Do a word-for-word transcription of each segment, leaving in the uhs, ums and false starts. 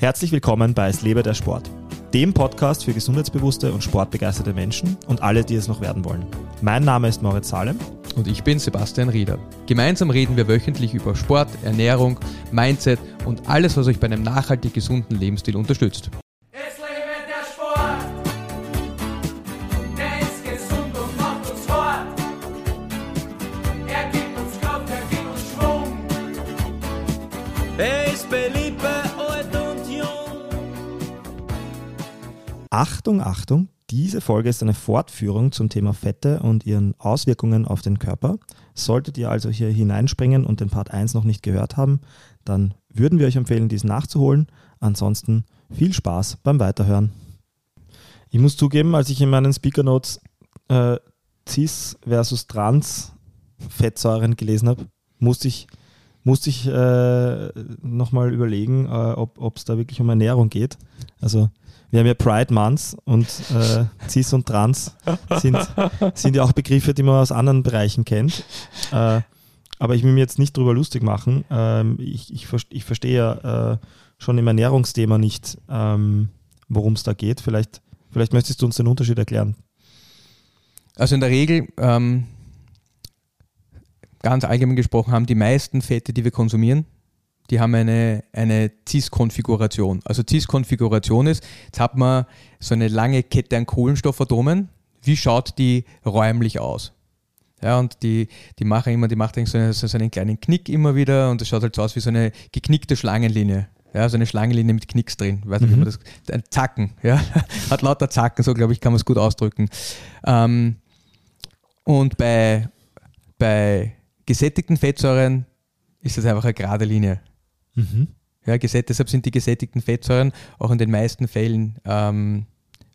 Herzlich willkommen bei Es lebe der Sport, dem Podcast für gesundheitsbewusste und sportbegeisterte Menschen und alle, die es noch werden wollen. Mein Name ist Moritz Salem. Und ich bin Sebastian Rieder. Gemeinsam reden wir wöchentlich über Sport, Ernährung, Mindset und alles, was euch bei einem nachhaltig gesunden Lebensstil unterstützt. Es lebe der Sport, der ist gesund und macht uns fort. Er gibt uns Kraft, er gibt uns Schwung. Er ist beliebt bei alt und jung. Achtung, Achtung, diese Folge ist eine Fortführung zum Thema Fette und ihren Auswirkungen auf den Körper. Solltet ihr also hier hineinspringen und den Part eins noch nicht gehört haben, dann würden wir euch empfehlen, diesen nachzuholen. Ansonsten viel Spaß beim Weiterhören. Ich muss zugeben, als ich in meinen Speaker Notes äh, Cis versus Trans Fettsäuren gelesen habe, musste ich, musste ich äh, nochmal überlegen, äh, ob es da wirklich um Ernährung geht. Also wir haben ja Pride Months und äh, Cis und Trans sind, sind ja auch Begriffe, die man aus anderen Bereichen kennt. Äh, aber ich will mir jetzt nicht drüber lustig machen. Ähm, ich, ich, ich verstehe ja äh, schon im Ernährungsthema nicht, ähm, worum es da geht. Vielleicht, vielleicht möchtest du uns den Unterschied erklären. Also in der Regel, ähm, ganz allgemein gesprochen, haben die meisten Fette, die wir konsumieren, die haben eine, eine Cis-Konfiguration. Also Cis-Konfiguration ist, jetzt hat man so eine lange Kette an Kohlenstoffatomen. Wie schaut die räumlich aus? Ja, und die, die machen immer, die macht so, eine, so einen kleinen Knick immer wieder und das schaut halt so aus wie so eine geknickte Schlangenlinie. Ja, so eine Schlangenlinie mit Knicks drin. Ich weiß nicht, Mhm. wie man das, ein Zacken, ja, hat lauter Zacken, so glaube ich, kann man es gut ausdrücken. Ähm, und bei, bei gesättigten Fettsäuren ist das einfach eine gerade Linie. Mhm. Ja, gesät, deshalb sind die gesättigten Fettsäuren auch in den meisten Fällen ähm,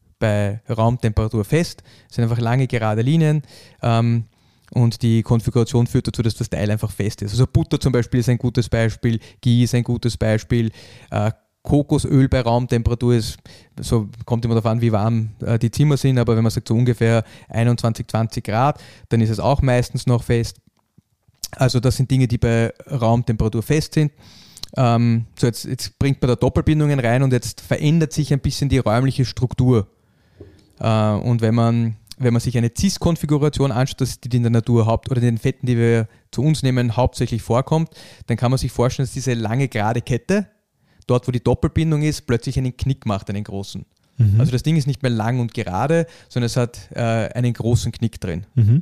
bei Raumtemperatur fest, sind einfach lange gerade Linien ähm, und die Konfiguration führt dazu, dass das Teil einfach fest ist. Also Butter zum Beispiel ist ein gutes Beispiel, Ghee ist ein gutes Beispiel, äh, Kokosöl bei Raumtemperatur ist, so kommt immer darauf an, wie warm äh, die Zimmer sind, aber wenn man sagt so ungefähr einundzwanzig, zwanzig Grad, dann ist es auch meistens noch fest. Also das sind Dinge, die bei Raumtemperatur fest sind. Ähm, so jetzt, jetzt bringt man da Doppelbindungen rein und jetzt verändert sich ein bisschen die räumliche Struktur. Äh, und wenn man, wenn man sich eine Cis-Konfiguration anschaut, dass die in der Natur haupt oder in den Fetten, die wir zu uns nehmen, hauptsächlich vorkommt, dann kann man sich vorstellen, dass diese lange gerade Kette, dort wo die Doppelbindung ist, plötzlich einen Knick macht, einen großen. Mhm. Also das Ding ist nicht mehr lang und gerade, sondern es hat äh, einen großen Knick drin. Mhm.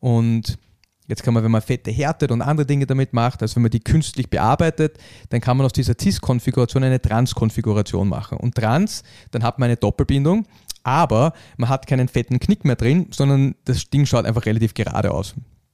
Und jetzt kann man, wenn man Fette härtet und andere Dinge damit macht, also wenn man die künstlich bearbeitet, dann kann man aus dieser Cis-Konfiguration eine Trans-Konfiguration machen. Und Trans, dann hat man eine Doppelbindung, aber man hat keinen fetten Knick mehr drin, sondern das Ding schaut einfach relativ gerade aus.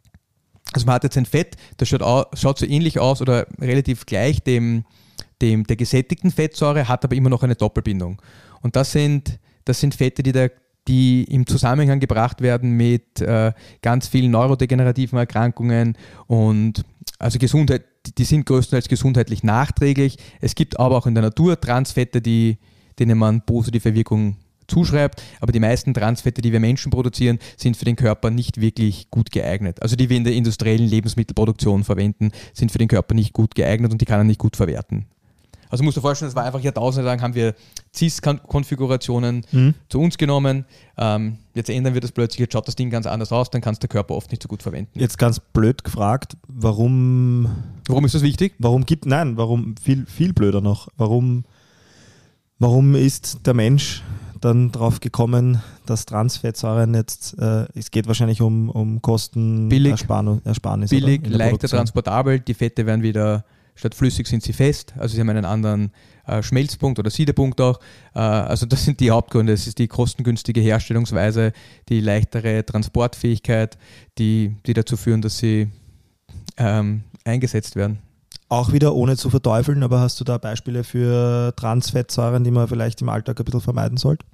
Also man hat jetzt ein Fett, das schaut, au, schaut so ähnlich aus oder relativ gleich dem, dem der gesättigten Fettsäure, hat aber immer noch eine Doppelbindung. Und das sind, das sind Fette, die der die im Zusammenhang gebracht werden mit äh, ganz vielen neurodegenerativen Erkrankungen und also Gesundheit, die sind größtenteils gesundheitlich nachträglich. Es gibt aber auch in der Natur Transfette, die, denen man positive Wirkung zuschreibt, aber die meisten Transfette, die wir Menschen produzieren, sind für den Körper nicht wirklich gut geeignet. Also die wir in der industriellen Lebensmittelproduktion verwenden, sind für den Körper nicht gut geeignet und die kann er nicht gut verwerten. Also musst du dir vorstellen, das war einfach Jahrtausende lang, haben wir Cis-Konfigurationen Mhm. zu uns genommen. Ähm, jetzt ändern wir das plötzlich, jetzt schaut das Ding ganz anders aus, dann kann es der Körper oft nicht so gut verwenden. Jetzt ganz blöd gefragt, warum, Warum ist das wichtig? warum gibt, nein, warum, viel, viel blöder noch, warum, warum ist der Mensch dann drauf gekommen, dass Transfettsäuren jetzt, äh, es geht wahrscheinlich um, um Kosten, Billig. Ersparnis, Ersparnis Billig, oder? In der leichter Produktion. transportabel, die Fette werden wieder, statt flüssig sind sie fest, also sie haben einen anderen äh, Schmelzpunkt oder Siedepunkt auch. Äh, also das sind die Hauptgründe. Es ist die kostengünstige Herstellungsweise, die leichtere Transportfähigkeit, die, die dazu führen, dass sie ähm, eingesetzt werden. Auch wieder ohne zu verteufeln, aber hast du da Beispiele für Transfettsäuren, die man vielleicht im Alltag ein bisschen vermeiden sollte?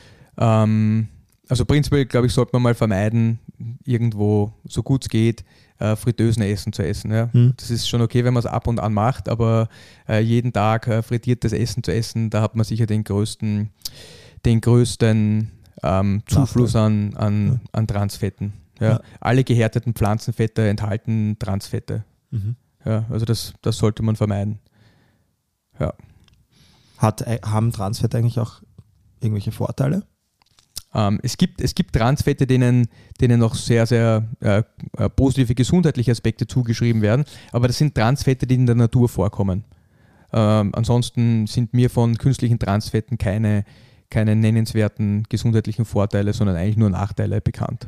Ähm, also prinzipiell, glaube ich, sollte man mal vermeiden, irgendwo, so gut es geht, äh, fritteusen Essen zu essen. Ja. Hm. Das ist schon okay, wenn man es ab und an macht, aber äh, jeden Tag äh, frittiertes Essen zu essen, da hat man sicher den größten, den größten ähm, Zufluss an, an, Ja. an Transfetten. Ja. Ja. Alle gehärteten Pflanzenfette enthalten Transfette. Mhm. Ja, also das, das sollte man vermeiden. Ja. Hat, äh, haben Transfette eigentlich auch irgendwelche Vorteile? Ähm, es, gibt, es gibt Transfette, denen, denen noch sehr, sehr äh, positive gesundheitliche Aspekte zugeschrieben werden, aber das sind Transfette, die in der Natur vorkommen. Ähm, ansonsten sind mir von künstlichen Transfetten keine, keine nennenswerten gesundheitlichen Vorteile, sondern eigentlich nur Nachteile bekannt.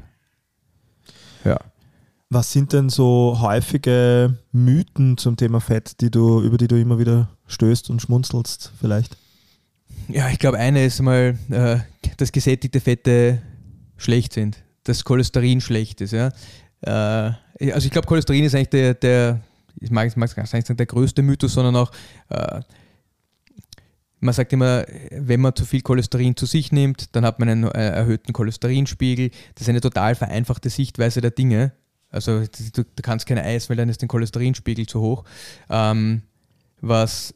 Ja. Was sind denn so häufige Mythen zum Thema Fett, die du, über die du immer wieder stößt und schmunzelst vielleicht? Ja, ich glaube, eine ist mal, äh, dass gesättigte Fette schlecht sind, dass Cholesterin schlecht ist. Ja? Äh, also ich glaube, Cholesterin ist eigentlich der, der ich mag es gar nicht sagen, der größte Mythos, sondern auch, äh, man sagt immer, wenn man zu viel Cholesterin zu sich nimmt, dann hat man einen äh, erhöhten Cholesterinspiegel. Das ist eine total vereinfachte Sichtweise der Dinge. Also du, du kannst kein Eis, weil dann ist der Cholesterinspiegel zu hoch. Ähm, was,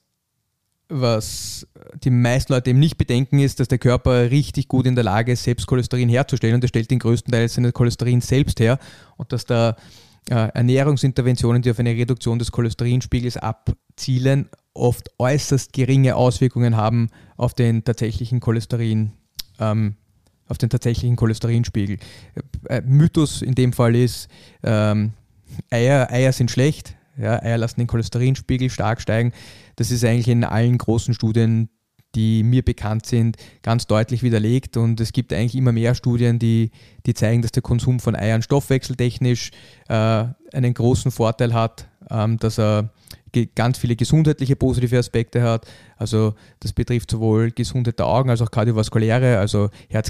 was die meisten Leute eben nicht bedenken ist, dass der Körper richtig gut in der Lage ist, selbst Cholesterin herzustellen und er stellt den größten Teil seines Cholesterin selbst her und dass da äh, Ernährungsinterventionen, die auf eine Reduktion des Cholesterinspiegels abzielen, oft äußerst geringe Auswirkungen haben auf den tatsächlichen Cholesterin, ähm, auf den tatsächlichen Cholesterinspiegel. Äh, Mythos in dem Fall ist, ähm, Eier, Eier sind schlecht, ja, Eier lassen den Cholesterinspiegel stark steigen. Das ist eigentlich in allen großen Studien, die mir bekannt sind, ganz deutlich widerlegt und es gibt eigentlich immer mehr Studien, die, die zeigen, dass der Konsum von Eiern stoffwechseltechnisch äh, einen großen Vorteil hat, ähm, dass er ganz viele gesundheitliche positive Aspekte hat. Also das betrifft sowohl Gesundheit der Augen als auch kardiovaskuläre, also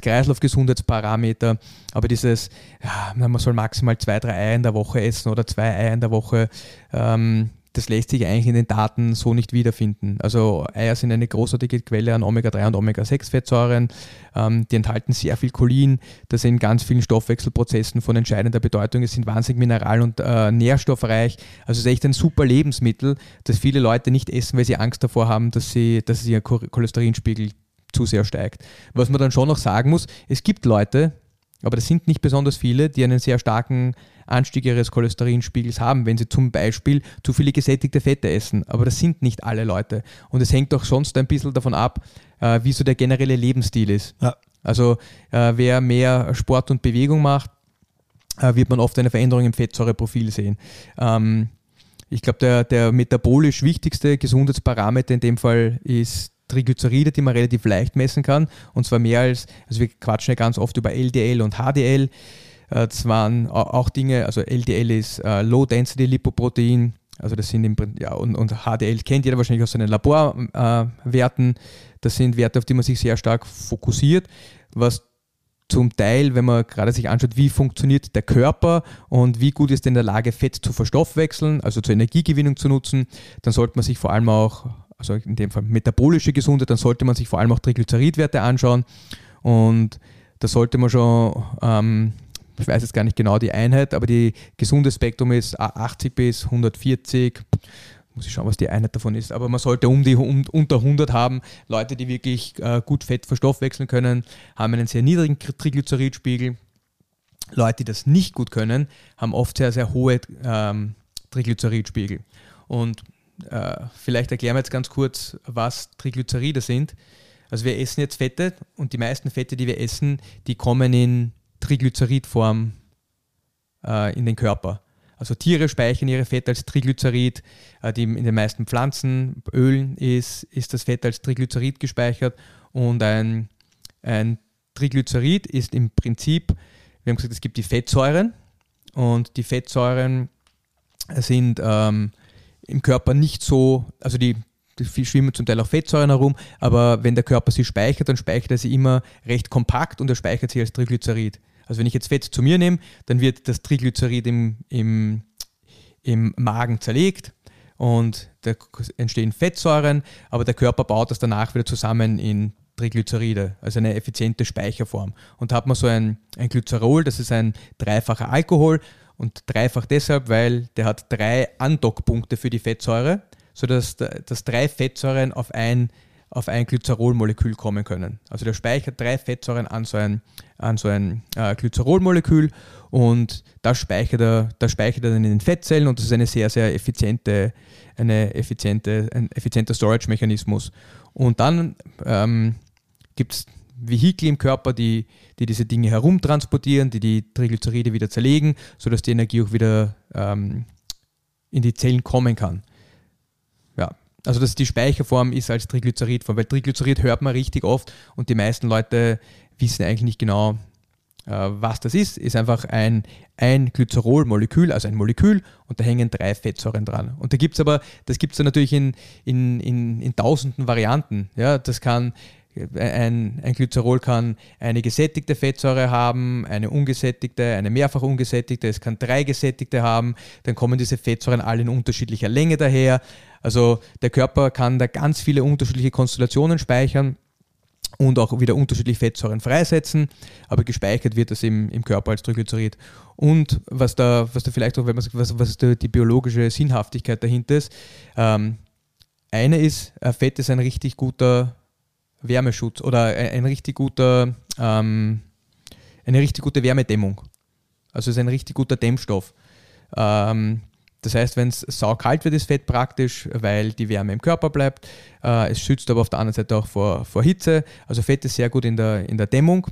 Herz-Kreislauf-Gesundheitsparameter. Aber dieses, ja, man soll maximal zwei, drei Eier in der Woche essen oder zwei Eier in der Woche, ähm, das lässt sich eigentlich in den Daten so nicht wiederfinden. Also Eier sind eine großartige Quelle an Omega drei und Omega sechs Fettsäuren. Ähm, die enthalten sehr viel Cholin. Das in ganz vielen Stoffwechselprozessen von entscheidender Bedeutung. Es sind wahnsinnig mineral- und äh, nährstoffreich. Also es ist echt ein super Lebensmittel, das viele Leute nicht essen, weil sie Angst davor haben, dass, sie, dass ihr Cholesterinspiegel zu sehr steigt. Was man dann schon noch sagen muss, es gibt Leute, aber das sind nicht besonders viele, die einen sehr starken Anstieg ihres Cholesterinspiegels haben, wenn sie zum Beispiel zu viele gesättigte Fette essen. Aber das sind nicht alle Leute. Und es hängt auch sonst ein bisschen davon ab, äh, wie so der generelle Lebensstil ist. Ja. Also äh, wer mehr Sport und Bewegung macht, äh, wird man oft eine Veränderung im Fettsäureprofil sehen. Ähm, ich glaube, der, der metabolisch wichtigste Gesundheitsparameter in dem Fall ist Triglyceride, die man relativ leicht messen kann. Und zwar mehr als, also wir quatschen ja ganz oft über L D L und H D L. Das waren auch Dinge, also L D L ist äh, Low-Density-Lipoprotein, also das sind im, ja, und, und H D L kennt jeder wahrscheinlich aus seinen Laborwerten. Äh, das sind Werte, auf die man sich sehr stark fokussiert, was zum Teil, wenn man gerade sich anschaut, wie funktioniert der Körper und wie gut ist er in der Lage, Fett zu verstoffwechseln, also zur Energiegewinnung zu nutzen, dann sollte man sich vor allem auch, also in dem Fall metabolische Gesundheit, dann sollte man sich vor allem auch Triglyceridwerte anschauen und da sollte man schon, ähm, ich weiß jetzt gar nicht genau die Einheit, aber die gesunde Spektrum ist achtzig bis hundertvierzig, muss ich schauen, was die Einheit davon ist, aber man sollte um die um, unter hundert haben. Leute, die wirklich äh, gut Fett verstoffwechseln können, haben einen sehr niedrigen Triglyceridspiegel. Leute, die das nicht gut können, haben oft sehr, sehr hohe ähm, Triglyceridspiegel. Und äh, vielleicht erklären wir jetzt ganz kurz, was Triglyceride sind. Also wir essen jetzt Fette und die meisten Fette, die wir essen, die kommen in Triglyceridform äh, in den Körper. Also Tiere speichern ihre Fette als Triglycerid, äh, die in den meisten Pflanzenölen ist, ist das Fett als Triglycerid gespeichert und ein, ein Triglycerid ist im Prinzip, wir haben gesagt, es gibt die Fettsäuren und die Fettsäuren sind ähm, im Körper nicht so, also die Die schwimmen zum Teil auch Fettsäuren herum, aber wenn der Körper sie speichert, dann speichert er sie immer recht kompakt und er speichert sie als Triglycerid. Also wenn ich jetzt Fett zu mir nehme, dann wird das Triglycerid im, im, im Magen zerlegt und da entstehen Fettsäuren, aber der Körper baut das danach wieder zusammen in Triglyceride, also eine effiziente Speicherform. Und da hat man so ein, ein Glycerol, das ist ein dreifacher Alkohol und dreifach deshalb, weil der hat drei Andockpunkte für die Fettsäure, sodass dass drei Fettsäuren auf ein auf ein Glycerolmolekül kommen können. Also der speichert drei Fettsäuren an so ein, an so ein äh, Glycerolmolekül und das speichert, er, das speichert er dann in den Fettzellen und das ist eine sehr, sehr effiziente, eine effiziente, ein effizienter Storage-Mechanismus. Und dann ähm, gibt es Vehikel im Körper, die, die diese Dinge herumtransportieren, die die Triglyceride wieder zerlegen, sodass die Energie auch wieder ähm, in die Zellen kommen kann. Ja, also dass die Speicherform ist als Triglyceridform, weil Triglycerid hört man richtig oft und die meisten Leute wissen eigentlich nicht genau, äh, was das ist. Ist einfach ein, ein Glycerolmolekül, also ein Molekül und da hängen drei Fettsäuren dran. Und da gibt es aber, das gibt es dann natürlich in, in, in, in tausenden Varianten. Ja, das kann Ein, ein Glycerol kann eine gesättigte Fettsäure haben, eine ungesättigte, eine mehrfach ungesättigte, es kann drei gesättigte haben, dann kommen diese Fettsäuren alle in unterschiedlicher Länge daher. Also der Körper kann da ganz viele unterschiedliche Konstellationen speichern und auch wieder unterschiedliche Fettsäuren freisetzen, aber gespeichert wird das im, im Körper als Triglycerid. Und was da, was da vielleicht auch, wenn man sagt, was, was die, die biologische Sinnhaftigkeit dahinter ist, ähm, eine ist, Fett ist ein richtig guter Wärmeschutz oder ein, ein richtig guter, ähm, eine richtig gute Wärmedämmung. Also es ist ein richtig guter Dämmstoff. Ähm, das heißt, wenn es saukalt wird, ist Fett praktisch, weil die Wärme im Körper bleibt. Äh, es schützt aber auf der anderen Seite auch vor, vor Hitze. Also Fett ist sehr gut in der, in der Dämmung.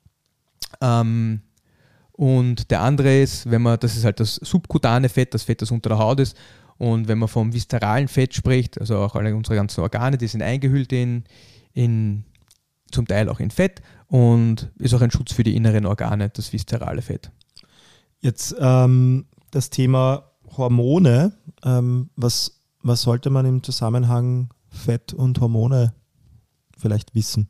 Ähm, und der andere ist, wenn man, das ist halt das subkutane Fett, das Fett, das unter der Haut ist. Und wenn man vom viszeralen Fett spricht, also auch alle unsere ganzen Organe, die sind eingehüllt in In, zum Teil auch in Fett und ist auch ein Schutz für die inneren Organe, das viszerale Fett. Jetzt ähm, das Thema Hormone. Ähm, was, was sollte man im Zusammenhang Fett und Hormone vielleicht wissen?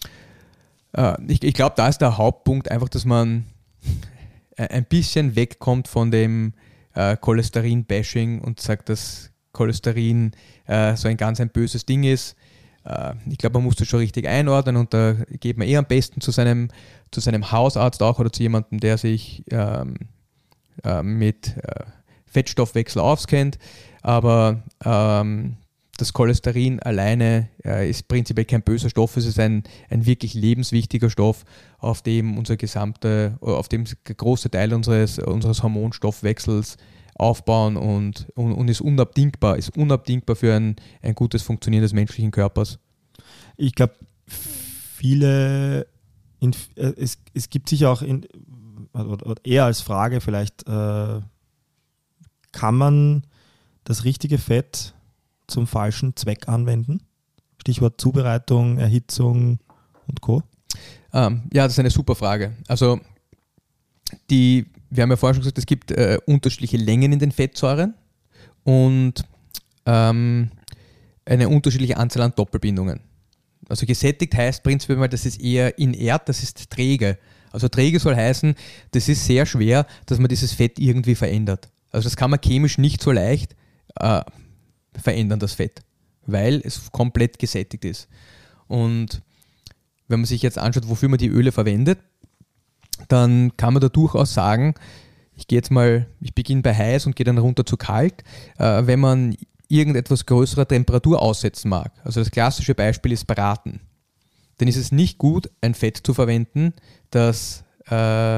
Äh, ich ich glaube, da ist der Hauptpunkt einfach, dass man ein bisschen wegkommt von dem äh, Cholesterin-Bashing und sagt, dass Cholesterin äh, so ein ganz ein böses Ding ist. Ich glaube, man muss das schon richtig einordnen und da geht man eher am besten zu seinem, zu seinem Hausarzt auch oder zu jemandem, der sich ähm, äh, mit äh, Fettstoffwechsel auskennt. Aber ähm, das Cholesterin alleine äh, ist prinzipiell kein böser Stoff, es ist ein, ein wirklich lebenswichtiger Stoff, auf dem unser gesamte, auf dem der große Teil unseres, unseres Hormonstoffwechsels aufbauen und, und, und ist unabdingbar, ist unabdingbar für ein, ein gutes Funktionieren des menschlichen Körpers. Ich glaube, viele, in, äh, es, es gibt sicher auch in, oder, oder eher als Frage vielleicht, äh, kann man das richtige Fett zum falschen Zweck anwenden? Stichwort Zubereitung, Erhitzung und Co. Ähm, ja, das ist eine super Frage. Also die Wir haben ja vorher schon gesagt, es gibt äh, unterschiedliche Längen in den Fettsäuren und ähm, eine unterschiedliche Anzahl an Doppelbindungen. Also gesättigt heißt prinzipiell mal, das ist eher inert, das ist träge. Also träge soll heißen, das ist sehr schwer, dass man dieses Fett irgendwie verändert. Also das kann man chemisch nicht so leicht äh, verändern, das Fett, weil es komplett gesättigt ist. Und wenn man sich jetzt anschaut, wofür man die Öle verwendet, dann kann man da durchaus sagen, ich gehe jetzt mal, ich beginne bei heiß und gehe dann runter zu kalt, äh, wenn man irgendetwas größerer Temperatur aussetzen mag. Also das klassische Beispiel ist Braten. Dann ist es nicht gut, ein Fett zu verwenden, das, äh,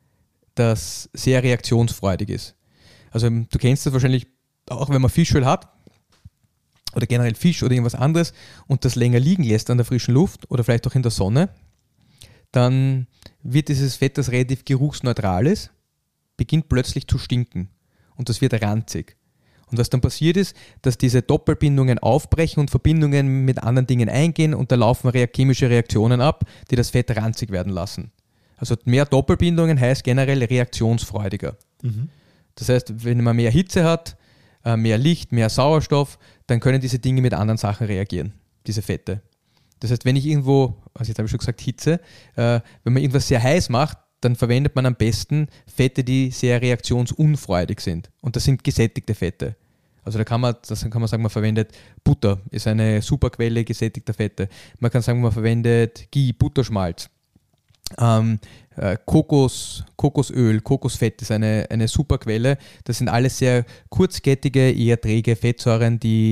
das sehr reaktionsfreudig ist. Also du kennst das wahrscheinlich auch, wenn man Fischöl hat oder generell Fisch oder irgendwas anderes und das länger liegen lässt an der frischen Luft oder vielleicht auch in der Sonne, dann wird dieses Fett, das relativ geruchsneutral ist, beginnt plötzlich zu stinken und das wird ranzig. Und was dann passiert ist, dass diese Doppelbindungen aufbrechen und Verbindungen mit anderen Dingen eingehen und da laufen chemische Reaktionen ab, die das Fett ranzig werden lassen. Also mehr Doppelbindungen heißt generell reaktionsfreudiger. Mhm. Das heißt, wenn man mehr Hitze hat, mehr Licht, mehr Sauerstoff, dann können diese Dinge mit anderen Sachen reagieren, diese Fette. Das heißt, wenn ich irgendwo, also jetzt habe ich schon gesagt Hitze, äh, wenn man irgendwas sehr heiß macht, dann verwendet man am besten Fette, die sehr reaktionsunfreudig sind. Und das sind gesättigte Fette. Also da kann man, das kann man sagen, man verwendet Butter, ist eine super Quelle gesättigter Fette. Man kann sagen, man verwendet Ghee, Butterschmalz. Ähm, äh, Kokos, Kokosöl, Kokosfett ist eine, eine super Quelle. Das sind alles sehr kurzkettige, eher träge Fettsäuren, die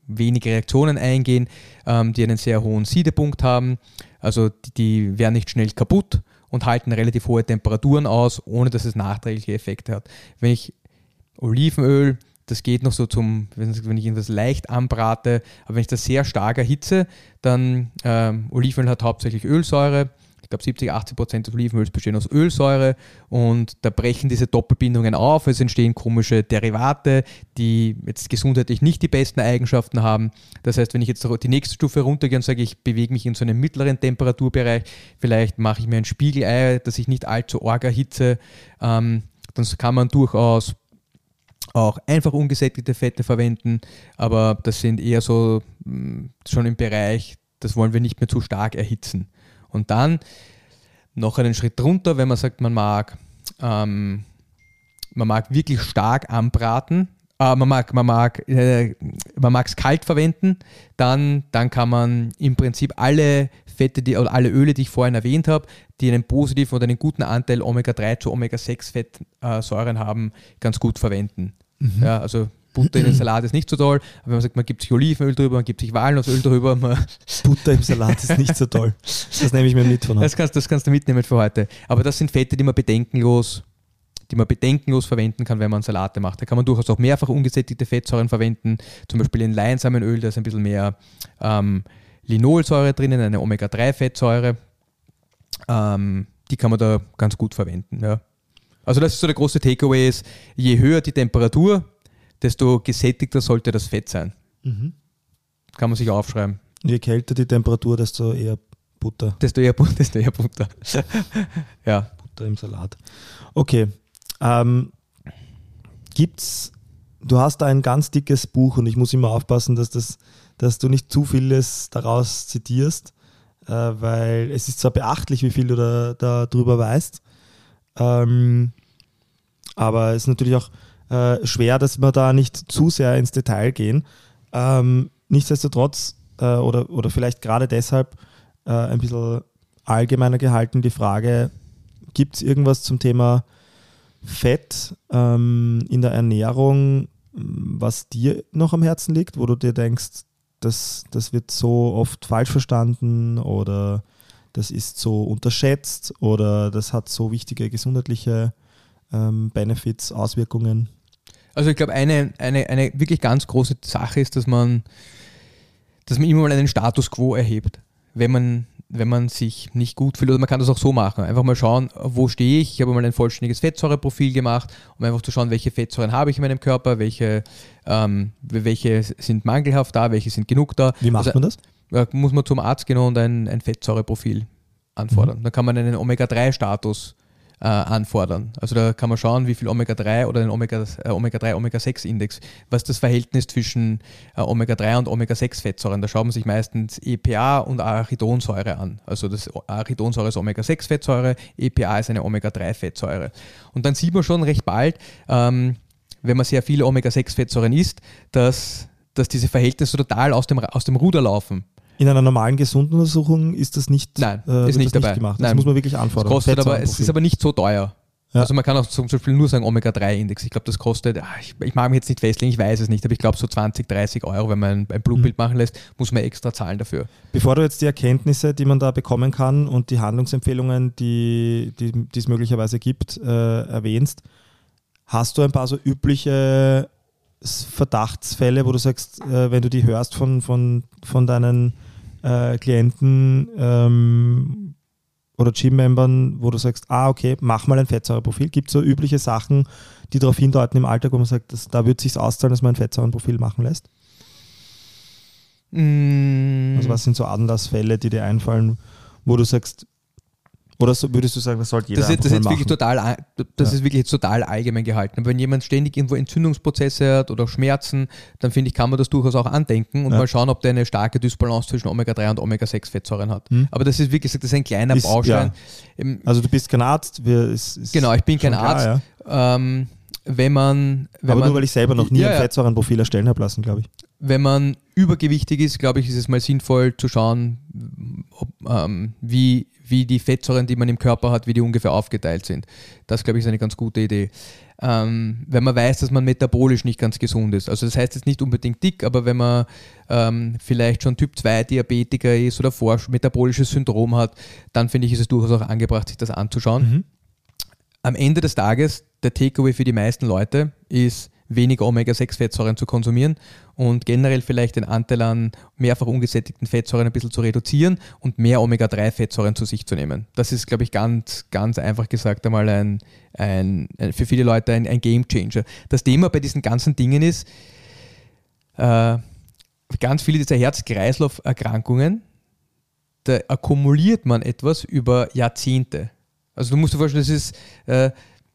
wenig Reaktionen eingehen, ähm, die einen sehr hohen Siedepunkt haben. Also die, die werden nicht schnell kaputt und halten relativ hohe Temperaturen aus, ohne dass es nachträgliche Effekte hat. Wenn ich Olivenöl, das geht noch so zum, wenn ich irgendwas leicht anbrate, aber wenn ich das sehr stark erhitze, dann ähm, Olivenöl hat hauptsächlich Ölsäure. Ich glaube siebzig, achtzig Prozent des Olivenöls bestehen aus Ölsäure und da brechen diese Doppelbindungen auf, es entstehen komische Derivate, die jetzt gesundheitlich nicht die besten Eigenschaften haben. Das heißt, wenn ich jetzt die nächste Stufe runtergehe und sage, ich bewege mich in so einem mittleren Temperaturbereich, vielleicht mache ich mir ein Spiegelei, dass ich nicht allzu arg erhitze, ähm, dann kann man durchaus auch einfach ungesättigte Fette verwenden, aber das sind eher so mh, schon im Bereich, das wollen wir nicht mehr zu stark erhitzen. Und dann noch einen Schritt drunter, wenn man sagt, man mag, ähm, man mag wirklich stark anbraten, äh, man mag man mag, äh, man mag es kalt verwenden, dann, dann kann man im Prinzip alle Fette, die, oder alle Öle, die ich vorhin erwähnt habe, die einen positiven oder einen guten Anteil Omega drei zu Omega sechs Fettsäuren haben, ganz gut verwenden. Mhm. Ja, also Butter in den Salat ist nicht so toll, aber wenn man sagt, man gibt sich Olivenöl drüber, man gibt sich Walnussöl drüber. Man Butter im Salat ist nicht so toll. Das nehme ich mir mit von heute. Das kannst, das kannst du mitnehmen für heute. Aber das sind Fette, die man bedenkenlos, die man bedenkenlos verwenden kann, wenn man Salate macht. Da kann man durchaus auch mehrfach ungesättigte Fettsäuren verwenden, zum Beispiel in Leinsamenöl, da ist ein bisschen mehr ähm, Linolsäure drinnen, eine Omega drei Fettsäure. Ähm, die kann man da ganz gut verwenden. Ja. Also das ist so der große Takeaway, ist, je höher die Temperatur, desto gesättigter sollte das Fett sein. Mhm. Kann man sich aufschreiben. Je kälter die Temperatur, desto eher Butter. Desto eher, desto eher Butter. Ja. Butter im Salat. Okay. Ähm, gibt's, du hast da ein ganz dickes Buch und ich muss immer aufpassen, dass, das, dass du nicht zu vieles daraus zitierst, äh, weil es ist zwar beachtlich, wie viel du da, da drüber weißt, ähm, aber es ist natürlich auch Äh, schwer, dass wir da nicht zu sehr ins Detail gehen. Ähm, nichtsdestotrotz, äh, oder, oder vielleicht gerade deshalb äh, ein bisschen allgemeiner gehalten, die Frage, gibt es irgendwas zum Thema Fett ähm, in der Ernährung, was dir noch am Herzen liegt, wo du dir denkst, das, das wird so oft falsch verstanden oder das ist so unterschätzt oder das hat so wichtige gesundheitliche ähm, Benefits, Auswirkungen? Also ich glaube, eine, eine, eine wirklich ganz große Sache ist, dass man, dass man immer mal einen Status quo erhebt, wenn man, wenn man sich nicht gut fühlt. Oder man kann das auch so machen. Einfach mal schauen, wo stehe ich. Ich habe mal ein vollständiges Fettsäureprofil gemacht, um einfach zu schauen, welche Fettsäuren habe ich in meinem Körper, welche, ähm, welche sind mangelhaft da, welche sind genug da. Wie macht also, man das? Ja, muss man zum Arzt gehen und ein, ein Fettsäureprofil anfordern. Mhm. Dann kann man einen Omega drei Status Äh, anfordern. Also da kann man schauen, wie viel Omega drei oder den Omega, äh, Omega drei Omega sechs Index, was das Verhältnis zwischen äh, Omega drei und Omega sechs Fettsäuren. Da schaut man sich meistens E P A und Arachidonsäure an. Also das Arachidonsäure ist Omega sechs Fettsäure, E P A ist eine Omega drei Fettsäure. Und dann sieht man schon recht bald, ähm, wenn man sehr viele Omega sechs Fettsäuren isst, dass, dass diese Verhältnisse total aus dem, aus dem Ruder laufen. In einer normalen gesunden Untersuchung ist das nicht, Nein, äh, ist nicht das dabei. Nicht gemacht. Das Nein. muss man wirklich anfordern. Es kostet aber, es ist aber nicht so teuer. Ja. Also man kann auch zum Beispiel nur sagen Omega drei Index. Ich glaube, das kostet, ich, ich mag mich jetzt nicht festlegen, ich weiß es nicht, aber ich glaube so zwanzig, dreißig Euro, wenn man ein, ein Blutbild mhm. machen lässt, muss man extra zahlen dafür. Bevor du jetzt die Erkenntnisse, die man da bekommen kann und die Handlungsempfehlungen, die, die, die es möglicherweise gibt, äh, erwähnst, hast du ein paar so übliche Verdachtsfälle, wo du sagst, äh, wenn du die hörst von, von, von deinen Äh, Klienten ähm, oder Gym-Membern, wo du sagst, ah okay, mach mal ein Fettsäureprofil. Gibt es so übliche Sachen, die darauf hindeuten im Alltag, wo man sagt, dass, da wird es sich auszahlen, dass man ein Fettsäureprofil machen lässt? Mm. Also was sind so Anlassfälle, die dir einfallen, wo du sagst, oder so, würdest du sagen, das sollte jeder das ist, das mal ist machen? Wirklich total, das ja. ist wirklich jetzt total allgemein gehalten. Aber wenn jemand ständig irgendwo Entzündungsprozesse hat oder Schmerzen, dann finde ich, kann man das durchaus auch andenken und ja. mal schauen, ob der eine starke Dysbalance zwischen Omega drei und Omega sechs Fettsäuren hat. Hm. Aber das ist wirklich, das ist ein kleiner ist, Baustein. Ja. Also du bist kein Arzt. Wir, es, es genau, ich bin kein klar, Arzt. Ja. Ähm, wenn man, wenn Aber man, nur, weil ich selber noch nie ja, ein Fettsäurenprofil erstellen habe lassen, glaube ich. Wenn man übergewichtig ist, glaube ich, ist es mal sinnvoll zu schauen, ob, ähm, wie wie die Fettsäuren, die man im Körper hat, wie die ungefähr aufgeteilt sind. Das, glaube ich, ist eine ganz gute Idee. Ähm, wenn man weiß, dass man metabolisch nicht ganz gesund ist. Also das heißt jetzt nicht unbedingt dick, aber wenn man ähm, vielleicht schon Typ zwei Diabetiker ist oder vor metabolisches Syndrom hat, dann finde ich, ist es durchaus auch angebracht, sich das anzuschauen. Mhm. Am Ende des Tages, der Takeaway für die meisten Leute ist, weniger Omega sechs Fettsäuren zu konsumieren und generell vielleicht den Anteil an mehrfach ungesättigten Fettsäuren ein bisschen zu reduzieren und mehr Omega drei Fettsäuren zu sich zu nehmen. Das ist, glaube ich, ganz, ganz einfach gesagt einmal ein, ein, ein für viele Leute ein, ein Game Changer. Das Thema bei diesen ganzen Dingen ist, äh, ganz viele dieser Herz-Kreislauf-Erkrankungen, da akkumuliert man etwas über Jahrzehnte. Also du musst dir vorstellen, das ist äh,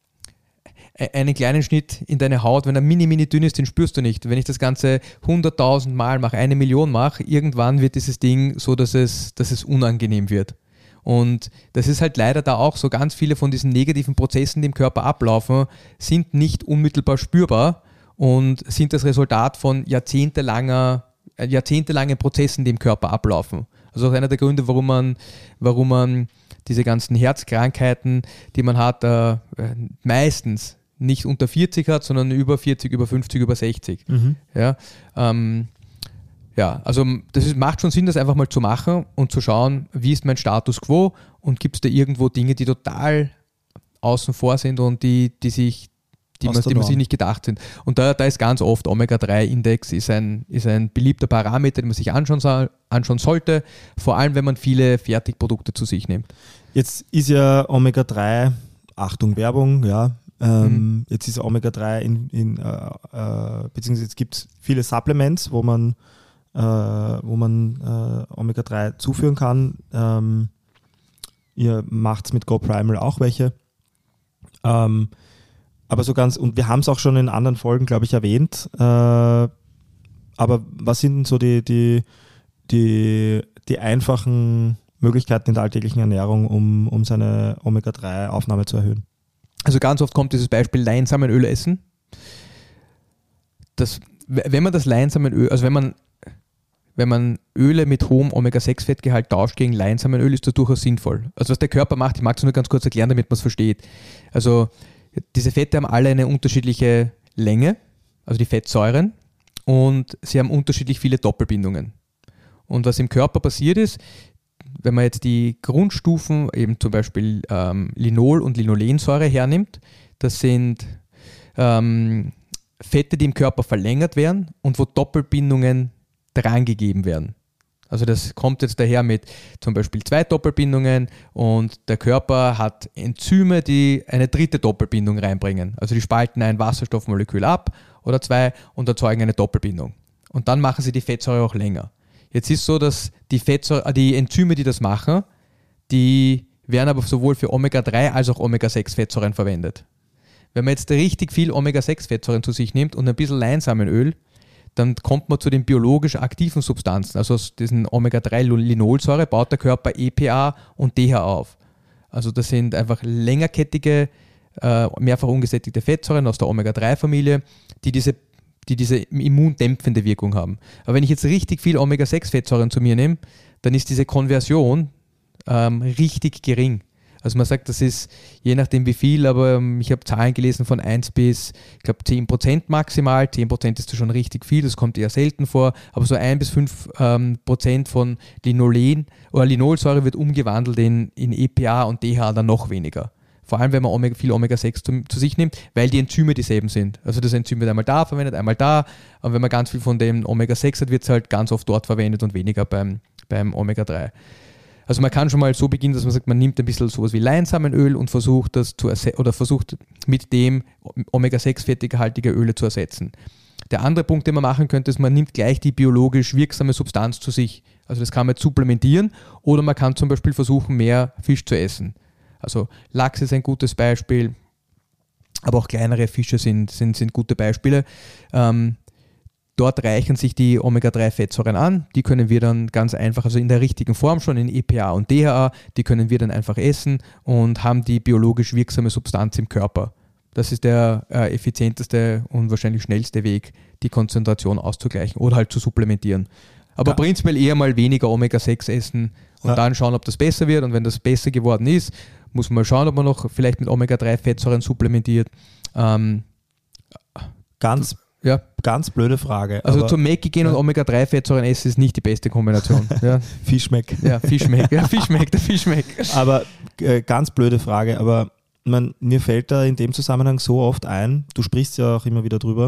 einen kleinen Schnitt in deine Haut, wenn er mini, mini dünn ist, den spürst du nicht. Wenn ich das Ganze hunderttausend Mal mache, eine Million mache, irgendwann wird dieses Ding so, dass es, dass es unangenehm wird. Und das ist halt leider da auch so, ganz viele von diesen negativen Prozessen, die im Körper ablaufen, sind nicht unmittelbar spürbar und sind das Resultat von jahrzehntelanger, äh, jahrzehntelangen Prozessen, die im Körper ablaufen. Also auch einer der Gründe, warum man, warum man diese ganzen Herzkrankheiten, die man hat, äh, meistens nicht unter vierzig hat, sondern über vierzig, über fünfzig, über sechzig. Mhm. Ja, ähm, ja, also das ist, macht schon Sinn, das einfach mal zu machen und zu schauen, wie ist mein Status quo und gibt es da irgendwo Dinge, die total außen vor sind und die, die sich die man, die man sich nicht gedacht sind. Und da, da ist ganz oft Omega drei Index ist ein, ist ein beliebter Parameter, den man sich anschauen, soll, anschauen sollte, vor allem wenn man viele Fertigprodukte zu sich nimmt. Jetzt ist ja Omega drei, Achtung Werbung, ja, ähm, Mhm. jetzt ist Omega drei in, in äh, äh, beziehungsweise es gibt viele Supplements, wo man, äh, wo man äh, Omega drei zuführen kann. Ähm, ihr macht es mit GoPrimal auch welche. Ähm, aber so ganz, und wir haben es auch schon in anderen Folgen, glaube ich, erwähnt. Äh, aber was sind denn so die, die, die, die einfachen Möglichkeiten in der alltäglichen Ernährung, um, um seine Omega drei Aufnahme zu erhöhen? Also ganz oft kommt dieses Beispiel Leinsamenöl essen. Das, wenn man das Leinsamenöl, also wenn man, wenn man Öle mit hohem Omega sechs Fettgehalt tauscht gegen Leinsamenöl, ist das durchaus sinnvoll. Also was der Körper macht, ich mag es nur ganz kurz erklären, damit man es versteht. Also diese Fette haben alle eine unterschiedliche Länge, also die Fettsäuren, und sie haben unterschiedlich viele Doppelbindungen. Und was im Körper passiert ist, wenn man jetzt die Grundstufen, eben zum Beispiel ähm, Linol- und Linolensäure hernimmt, das sind ähm, Fette, die im Körper verlängert werden und wo Doppelbindungen drangegeben werden. Also das kommt jetzt daher mit zum Beispiel zwei Doppelbindungen und der Körper hat Enzyme, die eine dritte Doppelbindung reinbringen. Also die spalten ein Wasserstoffmolekül ab oder zwei und erzeugen eine Doppelbindung. Und dann machen sie die Fettsäure auch länger. Jetzt ist so, dass die, Fettsäure, die Enzyme, die das machen, die werden aber sowohl für Omega drei als auch Omega sechs Fettsäuren verwendet. Wenn man jetzt richtig viel Omega sechs Fettsäuren zu sich nimmt und ein bisschen Leinsamenöl, dann kommt man zu den biologisch aktiven Substanzen. Also aus diesen Omega drei Linolsäure baut der Körper E P A und D H A auf. Also das sind einfach längerkettige, äh, mehrfach ungesättigte Fettsäuren aus der Omega drei Familie, die diese die diese immundämpfende Wirkung haben. Aber wenn ich jetzt richtig viel Omega sechs Fettsäuren zu mir nehme, dann ist diese Konversion ähm, richtig gering. Also man sagt, das ist je nachdem wie viel, aber ähm, ich habe Zahlen gelesen von eins bis, ich glaube, zehn Prozent maximal. zehn Prozent ist schon richtig viel, das kommt eher selten vor, aber so ein bis fünf ähm, Prozent von Linolen oder Linolsäure wird umgewandelt in, in E P A und D H A dann noch weniger. Vor allem, wenn man Omega, viel Omega sechs zu, zu sich nimmt, weil die Enzyme dieselben sind. Also das Enzym wird einmal da verwendet, einmal da. Und wenn man ganz viel von dem Omega sechs hat, wird es halt ganz oft dort verwendet und weniger beim, beim Omega drei. Also man kann schon mal so beginnen, dass man sagt, man nimmt ein bisschen sowas wie Leinsamenöl und versucht das zu erse- oder versucht mit dem Omega sechs fettighaltige Öle zu ersetzen. Der andere Punkt, den man machen könnte, ist, man nimmt gleich die biologisch wirksame Substanz zu sich. Also das kann man jetzt supplementieren oder man kann zum Beispiel versuchen, mehr Fisch zu essen. Also Lachs ist ein gutes Beispiel, aber auch kleinere Fische sind, sind, sind gute Beispiele. Ähm, dort reichern sich die Omega drei Fettsäuren an, die können wir dann ganz einfach, also in der richtigen Form schon in E P A und D H A, die können wir dann einfach essen und haben die biologisch wirksame Substanz im Körper. Das ist der äh, effizienteste und wahrscheinlich schnellste Weg, die Konzentration auszugleichen oder halt zu supplementieren. Aber Ja. prinzipiell eher mal weniger Omega sechs essen und Ja. dann schauen, ob das besser wird. Und wenn das besser geworden ist, muss man mal schauen, ob man noch vielleicht mit Omega drei Fettsäuren supplementiert. Ähm, Ganz, ja, ganz blöde Frage. also aber zum Mackie gehen und ja. Omega drei Fettsäuren essen ist nicht die beste Kombination. ja, Fischmeck. ja, Fischmeck, ja, Fischmeck, der Fischmeck. Aber äh, ganz blöde Frage, aber man, mir fällt da in dem Zusammenhang so oft ein, du sprichst ja auch immer wieder drüber,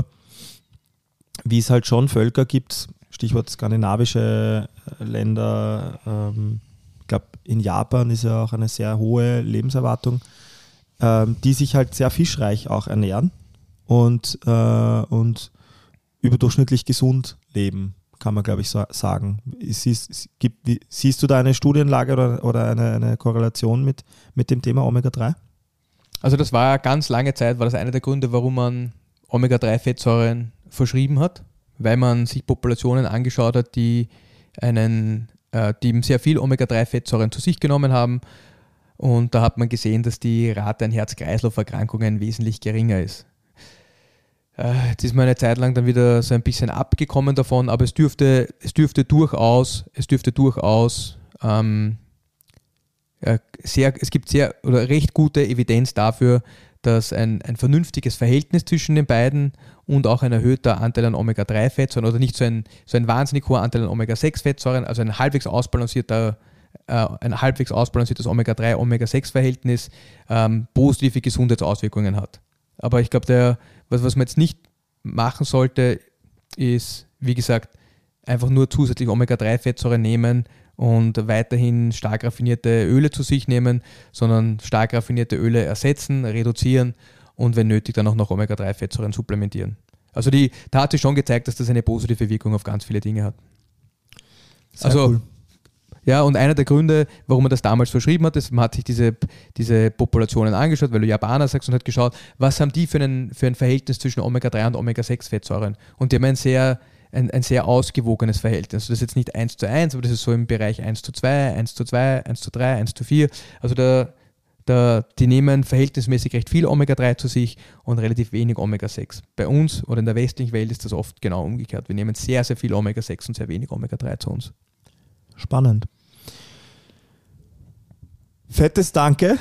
wie es halt schon Völker gibt, Stichwort skandinavische äh, Länder, ähm, ich glaube in Japan ist ja auch eine sehr hohe Lebenserwartung, ähm, die sich halt sehr fischreich auch ernähren und, äh, und überdurchschnittlich gesund leben, kann man glaube ich so sagen. Siehst, gibt, wie, siehst du da eine Studienlage oder, oder eine, eine Korrelation mit, mit dem Thema Omega drei? Also das war ja ganz lange Zeit, war das einer der Gründe, warum man Omega drei Fettsäuren verschrieben hat, weil man sich Populationen angeschaut hat, die einen, äh, die eben sehr viel Omega drei Fettsäuren zu sich genommen haben, und da hat man gesehen, dass die Rate an Herz-Kreislauf-Erkrankungen wesentlich geringer ist. Äh, jetzt ist man eine Zeit lang dann wieder so ein bisschen abgekommen davon, aber es dürfte, es dürfte durchaus, es dürfte durchaus ähm, ja, sehr, es gibt sehr oder recht gute Evidenz dafür, dass ein, ein vernünftiges Verhältnis zwischen den beiden und auch ein erhöhter Anteil an Omega drei Fettsäuren oder nicht so ein, so ein wahnsinnig hoher Anteil an Omega sechs Fettsäuren, also ein halbwegs ausbalancierter, äh, ein halbwegs ausbalanciertes Omega drei Omega sechs Verhältnis ähm, positive Gesundheitsauswirkungen hat. Aber ich glaube, der, was, was man jetzt nicht machen sollte, ist, wie gesagt, einfach nur zusätzlich Omega drei Fettsäuren nehmen und weiterhin stark raffinierte Öle zu sich nehmen, sondern stark raffinierte Öle ersetzen, reduzieren und wenn nötig dann auch noch Omega drei Fettsäuren supplementieren. Also die, da hat sich schon gezeigt, dass das eine positive Wirkung auf ganz viele Dinge hat. Sehr also cool. Ja, und einer der Gründe, warum man das damals verschrieben hat, ist, man hat sich diese, diese Populationen angeschaut, weil du Japaner sagst, und hat geschaut, was haben die für, einen, für ein Verhältnis zwischen Omega drei und Omega sechs Fettsäuren. Und die haben ein sehr Ein, ein sehr ausgewogenes Verhältnis. Also das ist jetzt nicht eins zu eins, aber das ist so im Bereich eins zu zwei, eins zu zwei, eins zu drei, eins zu vier. Also da, da, die nehmen verhältnismäßig recht viel Omega drei zu sich und relativ wenig Omega sechs. Bei uns oder in der westlichen Welt ist das oft genau umgekehrt. Wir nehmen sehr, sehr viel Omega sechs und sehr wenig Omega drei zu uns. Spannend. Fettes Danke.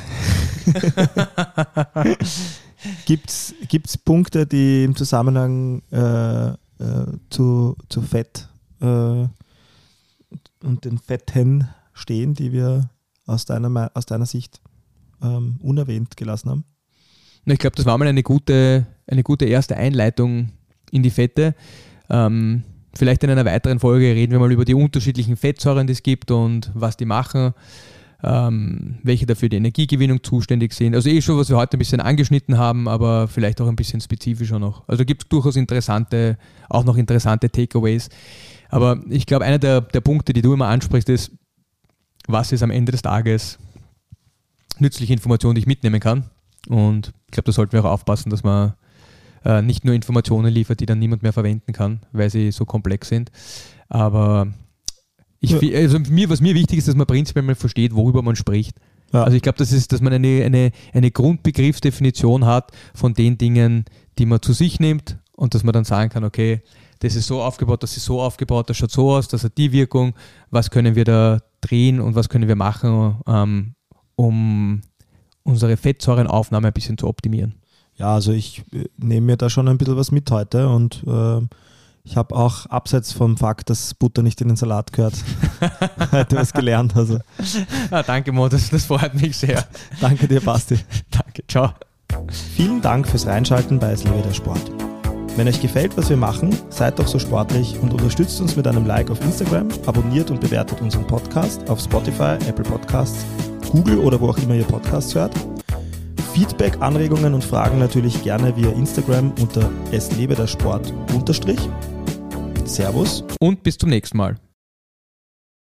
Gibt es Punkte, die im Zusammenhang äh, Zu, zu Fett äh, und den Fetten stehen, die wir aus deiner, aus deiner Sicht ähm, unerwähnt gelassen haben? Ich glaube, das war mal eine gute, eine gute erste Einleitung in die Fette. Ähm, vielleicht in einer weiteren Folge reden wir mal über die unterschiedlichen Fettsäuren, die es gibt und was die machen, ähm, welche dafür die Energiegewinnung zuständig sind. Also eh schon, was wir heute ein bisschen angeschnitten haben, aber vielleicht auch ein bisschen spezifischer noch. Also gibt es durchaus interessante, auch noch interessante Takeaways. Aber ich glaube, einer der, der Punkte, die du immer ansprichst, ist, was ist am Ende des Tages nützliche Information, die ich mitnehmen kann. Und ich glaube, da sollten wir auch aufpassen, dass man äh, nicht nur Informationen liefert, die dann niemand mehr verwenden kann, weil sie so komplex sind. Aber Ich, Ja. also mir, was mir wichtig ist, dass man prinzipiell mal versteht, worüber man spricht. Ja. Also ich glaube, das ist, dass man eine, eine, eine Grundbegriffsdefinition hat von den Dingen, die man zu sich nimmt und dass man dann sagen kann, okay, das ist so aufgebaut, das ist so aufgebaut, das schaut so aus, das hat die Wirkung, was können wir da drehen und was können wir machen, ähm, um unsere Fettsäurenaufnahme ein bisschen zu optimieren. Ja, also ich äh, nehme mir da schon ein bisschen was mit heute und äh, ich habe auch abseits vom Fakt, dass Butter nicht in den Salat gehört, heute was gelernt. Also. Ah, danke Mo, das, das freut mich sehr. Danke dir, Basti. Danke, ciao. Vielen Dank fürs Reinschalten bei Es lebe der Sport. Wenn euch gefällt, was wir machen, seid doch so sportlich und unterstützt uns mit einem Like auf Instagram, abonniert und bewertet unseren Podcast auf Spotify, Apple Podcasts, Google oder wo auch immer ihr Podcasts hört. Feedback, Anregungen und Fragen natürlich gerne via Instagram unter Es lebe der Sport unterstrich. Servus. Und bis zum nächsten Mal.